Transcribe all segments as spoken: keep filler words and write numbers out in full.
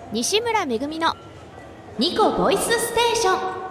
西村めぐみのニコボイスステーション。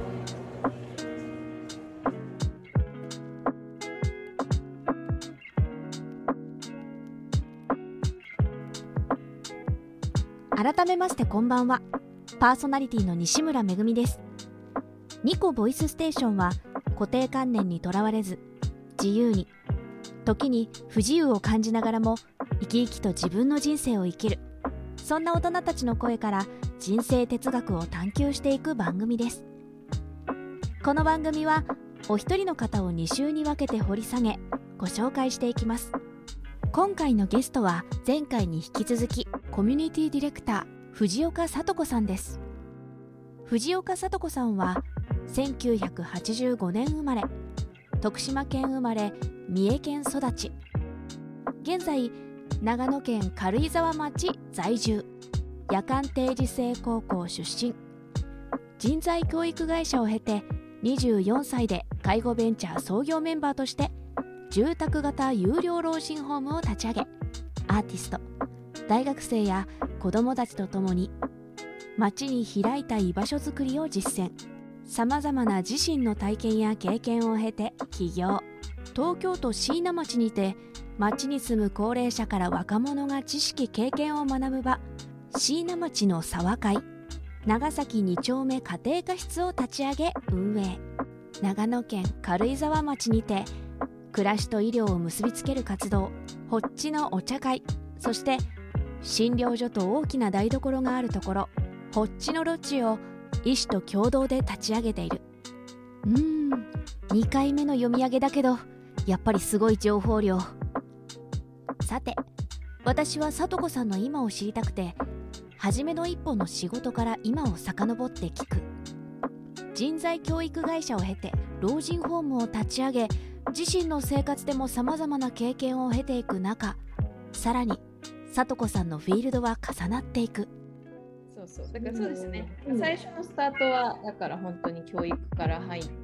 改めましてこんばんは。パーソナリティの西村めぐみです。ニコボイスステーションは固定観念にとらわれず自由に、時に不自由を感じながらも生き生きと自分の人生を生きる、そんな大人たちの声から人生哲学を探求していく番組です。この番組はお一人の方をに週に分けて掘り下げご紹介していきます。今回のゲストは前回に引き続きコミュニティディレクター藤岡聡子さんです。藤岡聡子さんはせんきゅうひゃくはちじゅうごねん生まれ、徳島県生まれ、三重県育ち、現在長野県軽井沢町在住、夜間定時制高校出身、人材教育会社を経てにじゅうよんさいで介護ベンチャー創業メンバーとして住宅型有料老人ホームを立ち上げ、アーティスト、大学生や子どもたちと共に町に開いた居場所づくりを実践、さまざまな自身の体験や経験を経て起業。東京都椎名町にて町に住む高齢者から若者が知識経験を学ぶ場、椎名町の沢会、長崎に丁目家庭科室を立ち上げ運営、長野県軽井沢町にて暮らしと医療を結びつける活動、ほっちのお茶会、そして診療所と大きな台所があるところ、ほっちのロッジを医師と共同で立ち上げている。うーん、にかいめの読み上げだけどやっぱりすごい情報量。さて、私は聡子さんの今を知りたくて、初めの一歩の仕事から今を遡って聞く。人材教育会社を経て老人ホームを立ち上げ、自身の生活でもさまざまな経験を経ていく中、さらに聡子さんのフィールドは重なっていく。 そうそう、だからそうですね、うん、最初のスタートはだから本当に教育から入って、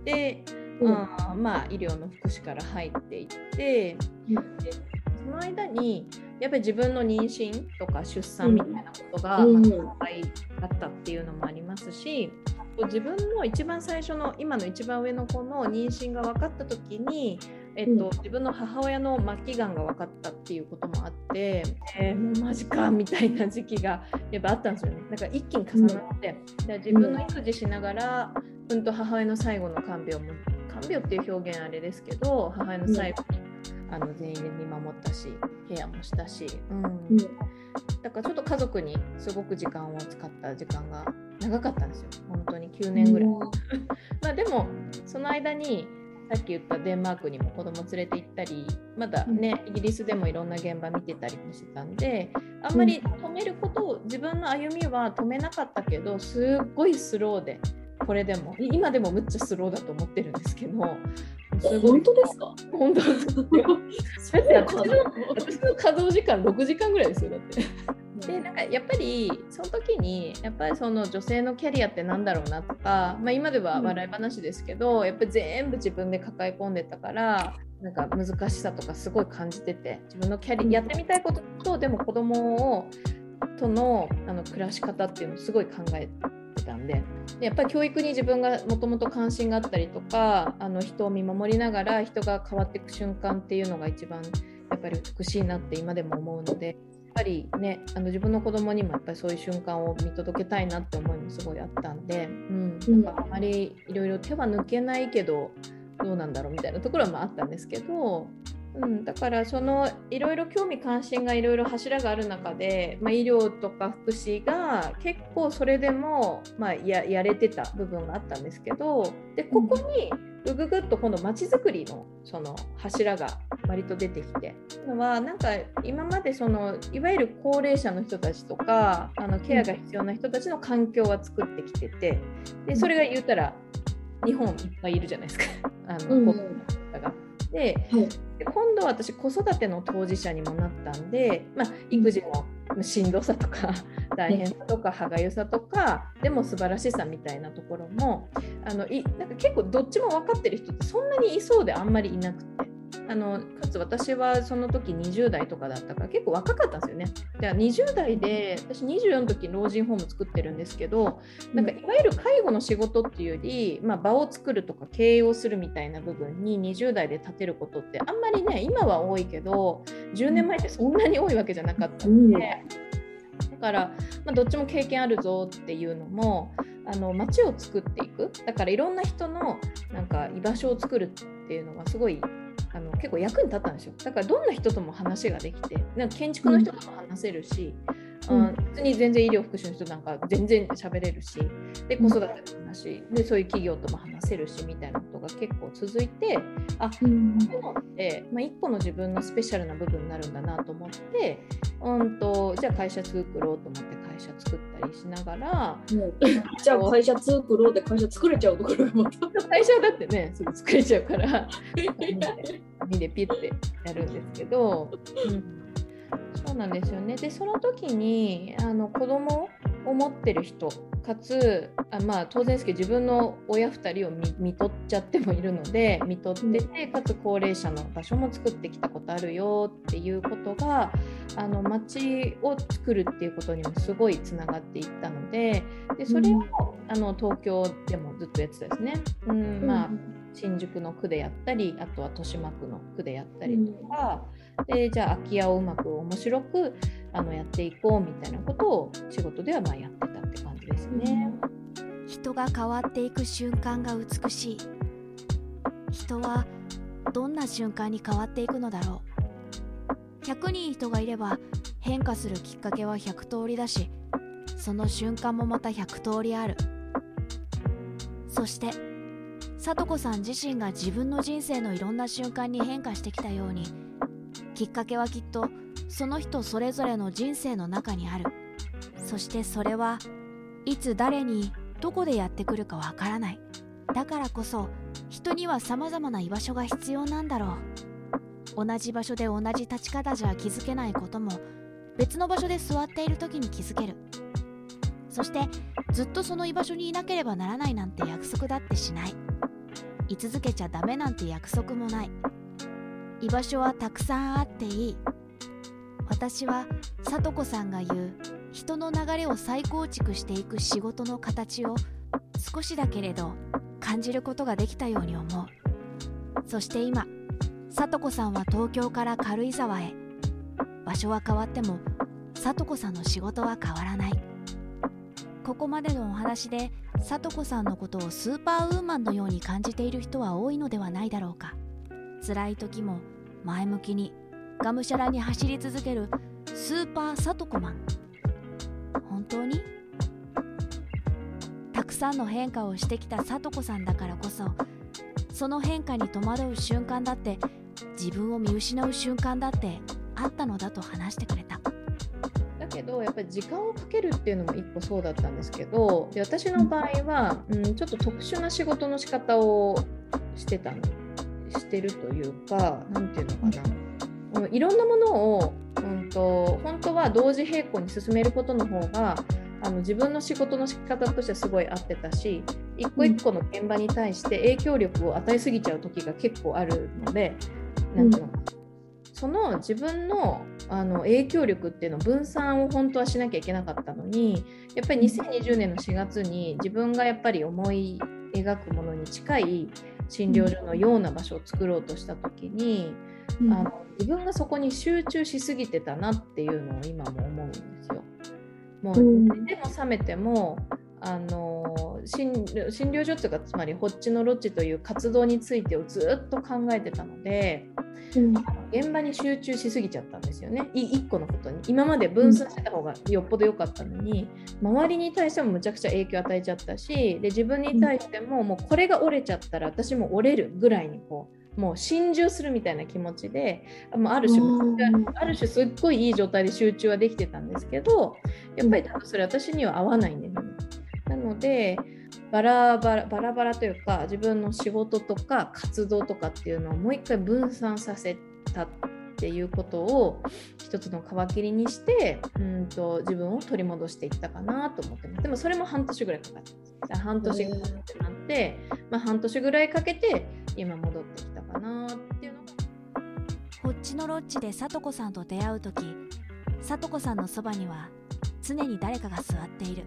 うん、あまあ医療の福祉から入っていって、うん、でその間にやっぱり自分の妊娠とか出産みたいなことが、うんまあ、いっぱいあったっていうのもありますし、自分の一番最初の今の一番上の子の妊娠が分かった時に、えっと、自分の母親の末期がんが分かったっていうこともあって、えー、もうマジかみたいな時期がやっぱあったんですよね。だから一気に重なって、うん、で自分の育児しながら、うん、と母親の最後の看病も看病っていう表現あれですけど、母親の最後に、うん、あの全員で見守ったしケアもしたし、うんうん、だからちょっと家族にすごく時間を使った時間が長かったんですよ。本当にきゅうねんぐらい、うん、まあでもその間にさっき言ったデンマークにも子供連れて行ったり、まだね、イギリスでもいろんな現場見てたりもしてたんで、あんまり止めることを、自分の歩みは止めなかったけど、すっごいスローで、これでも今でもむっちゃスローだと思ってるんですけど、 すごい。本当ですか？ 本当ですよ。だって私の、私の稼働時間ろくじかんぐらいですよ、だって。でなんかやっぱりその時にやっぱりその女性のキャリアってなんだろうなとか、まあ、今では笑い話ですけど、やっぱり全部自分で抱え込んでたからなんか難しさとかすごい感じてて、自分のキャリアやってみたいこととでも子供をとの、あの暮らし方っていうのをすごい考えてたんで、でやっぱり教育に自分がもともと関心があったりとか、あの人を見守りながら人が変わっていく瞬間っていうのが一番やっぱり美しいなって今でも思うので、やっぱりね、あの自分の子供にもやっぱりそういう瞬間を見届けたいなって思いもすごいあったんで、うん、なんかあまりいろいろ手は抜けないけどどうなんだろうみたいなところもあったんですけど、うん、だからそのいろいろ興味関心がいろいろ柱がある中で、まあ、医療とか福祉が結構それでも、まあ、や, やれてた部分があったんですけど、でここにぐぐぐっと今度まちづくりのその柱が割と出てきてのは、なんか今までそのいわゆる高齢者の人たちとかあのケアが必要な人たちの環境は作ってきてて、でそれが言ったら日本いっぱいいるじゃないですか、あの、うん、方がで、はい、今度は私子育ての当事者にもなったんで、まあ、育児のしんどさとか大変さとか歯がゆさとかでも素晴らしさみたいなところもあのいなんか結構どっちも分かってる人ってそんなにいそうであんまりいなくて、 あのかつ私はその時にじゅう代とかだったから結構若かったんですよね。じゃあにじゅう代で私にじゅうよんの時に老人ホーム作ってるんですけど、なんかいわゆる介護の仕事っていうより、まあ、場を作るとか経営をするみたいな部分ににじゅう代で立てることってあんまりね、今は多いけどじゅうねんまえってそんなに多いわけじゃなかったので、だから、まあ、どっちも経験あるぞっていうのも、あの街を作っていく、だからいろんな人のなんか居場所を作るっていうのがすごいあの結構役に立ったんですよ。だからどんな人とも話ができて、なんか建築の人とも話せるし、うん、普通に全然医療福祉の人なんか全然喋れるし、で子育ての話でそういう企業とも話せるしみたいなことが結構続いて、あ、こういうのって、まあ、一個の自分のスペシャルな部分になるんだなと思って、うんとじゃあ会社作ろうと思って会社作ったりしながら、 じゃあ会社作ろうって会社作れちゃうところがまた会社だってねすぐ作れちゃうから紙でピッてやるんですけど、うん、そうなんですよね。でその時にあの子供を持ってる人かつあ、まあ、当然ですけど自分の親ふたりを 見, 見とっちゃってもいるので見とってて、かつ高齢者の場所も作ってきたことあるよっていうことがあの街を作るっていうことにもすごいつながっていったので、でそれを、うん、あの東京でもずっとやってたですね。うんまあ、新宿の区でやったり、あとは豊島区の区でやったりとか、うん、でじゃあ空き家をうまく面白くあのやっていこうみたいなことを仕事ではまあやってたって感じですね。 人が変わっていく瞬間が美しい。人はどんな瞬間に変わっていくのだろう。ひゃくにん人がいれば変化するきっかけはひゃく通りだし、その瞬間もまたひゃく通りある。そして聡子さん自身が自分の人生のいろんな瞬間に変化してきたように、きっかけはきっとその人それぞれの人生の中にある。そしてそれはいつ誰にどこでやってくるかわからない。だからこそ人には様々な居場所が必要なんだろう。同じ場所で同じ立ち方じゃ気づけないことも別の場所で座っている時に気づける。そしてずっとその居場所にいなければならないなんて約束だってしない。居続けちゃダメなんて約束もない。居場所はたくさんあっていい。私は聡子さんが言う人の流れを再構築していく仕事の形を少しだけれど感じることができたように思う。そして今聡子さんは東京から軽井沢へ。場所は変わっても聡子さんの仕事は変わらない。ここまでのお話で聡子さんのことをスーパーウーマンのように感じている人は多いのではないだろうか。辛い時も前向きにがむしゃらに走り続けるスーパー聡子マン。本当にたくさんの変化をしてきた聡子さんだからこそ、その変化に戸惑う瞬間だって、自分を見失う瞬間だってあったのだと話してくれた。 だけどやっぱり時間をかけるっていうのも一個そうだったんですけど、で私の場合は、うん、ちょっと特殊な仕事の仕方をしてたしてるというか、なんていうのかな、うん、いろんなものを、うんと、本当は同時並行に進めることの方があの自分の仕事の仕方としてはすごい合ってたし、一個一個の現場に対して影響力を与えすぎちゃう時が結構あるので、なんていうのかな、その自分 の, あの影響力っていうの分散を本当はしなきゃいけなかったのに、やっぱりにせんにじゅうねんのしがつに自分がやっぱり思い描くものに近い診療所のような場所を作ろうとした時に、うん、あの自分がそこに集中しすぎてたなっていうのを今も思うんですよ。もう寝ても覚めてもあの 診, 診療所というか、つまりホッチのロッチという活動についてをずっと考えてたので、うん、現場に集中しすぎちゃったんですよね。一個のことに今まで分散してた方がよっぽど良かったのに、うん、周りに対してもむちゃくちゃ影響を与えちゃったし、で自分に対しても、もうこれが折れちゃったら私も折れるぐらいにこうもう心中するみたいな気持ちで、もうある種ある種すっごいいい状態で集中はできてたんですけど、やっぱり多分それ私には合わないんですよね。なのでバラバラバラバラというか、自分の仕事とか活動とかっていうのをもう一回分散させたっていうことを一つの皮切りにして、うんと自分を取り戻していったかなと思ってます。でもそれも半年ぐらいかかってます。半年ぐらいってなって、まあ、半年ぐらいかけて今戻ってきたかなっていうのが。 こっちのロッジでさとこさんと出会うとき、さとこさんのそばには常に誰かが座っている。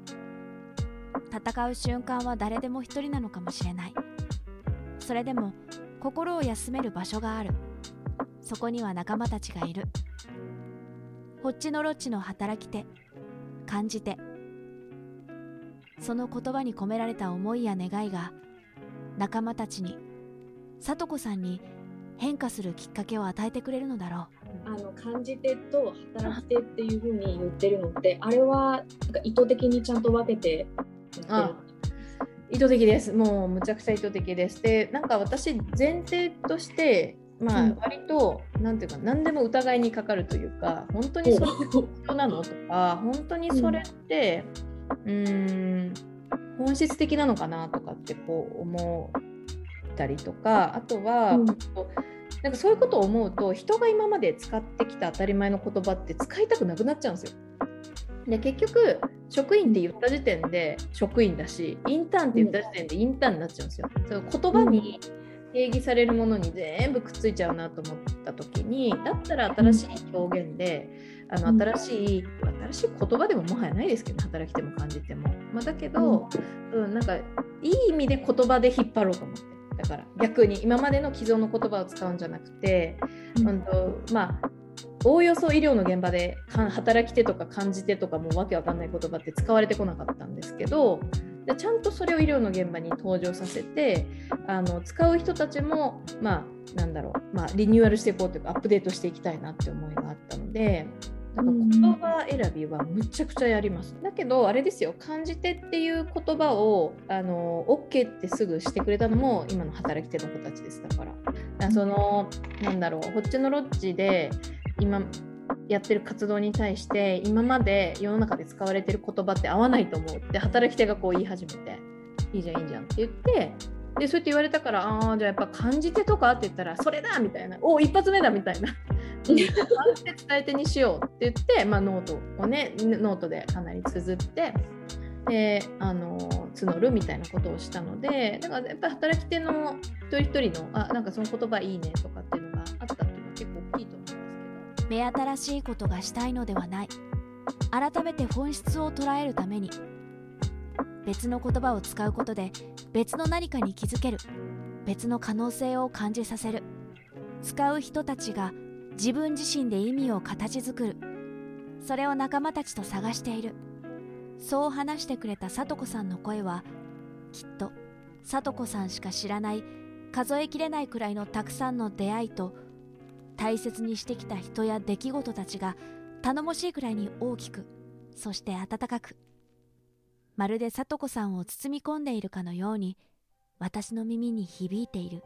戦う瞬間は誰でも一人なのかもしれない。それでも心を休める場所がある。そこには仲間たちがいる。こっちのロッジの働き手、感じ手、その言葉に込められた思いや願いが仲間たちに、さとこさんに変化するきっかけを与えてくれるのだろう。あの感じ手と働き手っていう風に言ってるのって、あれはなんか意図的にちゃんと分けて言ってる？ あ、意図的です。もうむちゃくちゃ意図的です。で、なんか私前提としてまあ、割と、うん、なんていうか何でも疑いにかかるというか、本当にそれ必要なのとか、本当にそれってうーん本質的なのかなとかってこう思ったりとか、あとは、うん、なんかそういうことを思うと、人が今まで使ってきた当たり前の言葉って使いたくなくなっちゃうんですよ。で、結局職員って言った時点で職員だし、インターンって言った時点でインターンになっちゃうんですよ。その言葉に定義されるものに全部くっついちゃうなと思った時に、だったら新しい表現で、あの新しい、新しい言葉でももはやないですけど、働きても感じても、まあ、だけど、うん、なんかいい意味で言葉で引っ張ろうと思って、だから逆に今までの既存の言葉を使うんじゃなくて、うん、とまあおおよそ医療の現場で働き手とか感じ手とかもわけわかんない言葉って使われてこなかったんですけど、でちゃんとそれを医療の現場に登場させて、あの使う人たちも、まあ、なんだろう、まあ、リニューアルしていこうというかアップデートしていきたいなって思いがあったので、なんか言葉選びはむちゃくちゃやります。だけどあれですよ、感じ手っていう言葉をあの OK ってすぐしてくれたのも今の働き手の子たちです。だから、だからそのなんだろう、こっちのロッジで今やってる活動に対して今まで世の中で使われてる言葉って合わないと思うって働き手がこう言い始めて、いいじゃんいいじゃんって言って、でそうやって言われたから、ああじゃあやっぱ感じ手とかって言ったらそれだみたいな、お一発目だみたいな感じ手伝い手にしようって言って、まあ、ノートをねノートでかなり綴ってであの募るみたいなことをしたので、だからやっぱり働き手の一人一人のあなんかその言葉いいねとかっていうのがあったっていうのは結構大きいと思いますけど、 目新しいことがしたいのではない。改めて本質を捉えるために別の言葉を使うことで別の何かに気づける、別の可能性を感じさせる。使う人たちが自分自身で意味を形作る。それを仲間たちと探している。そう話してくれたさとこさんの声は、きっとさとこさんしか知らない数えきれないくらいのたくさんの出会いと大切にしてきた人や出来事たちが頼もしいくらいに大きく、そして温かく、まるでさとこさんを包み込んでいるかのように私の耳に響いている。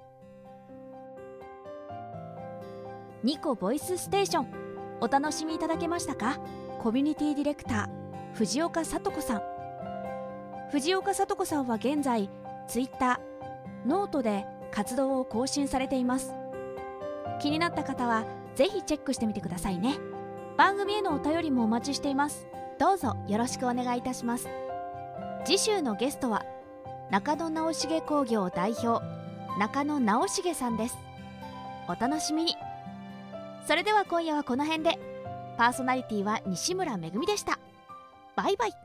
ニコボイスステーション、お楽しみいただけましたか？コミュニティディレクター藤岡さと子さん。藤岡さと子さんは現在ツイッター、ノートで活動を更新されています。気になった方はぜひチェックしてみてくださいね。番組へのお便りもお待ちしています。どうぞよろしくお願いいたします。次週のゲストは中野直重工業代表中野直重さんです。お楽しみに。それでは今夜はこの辺で。パーソナリティは西村めぐみでした。バイバイ。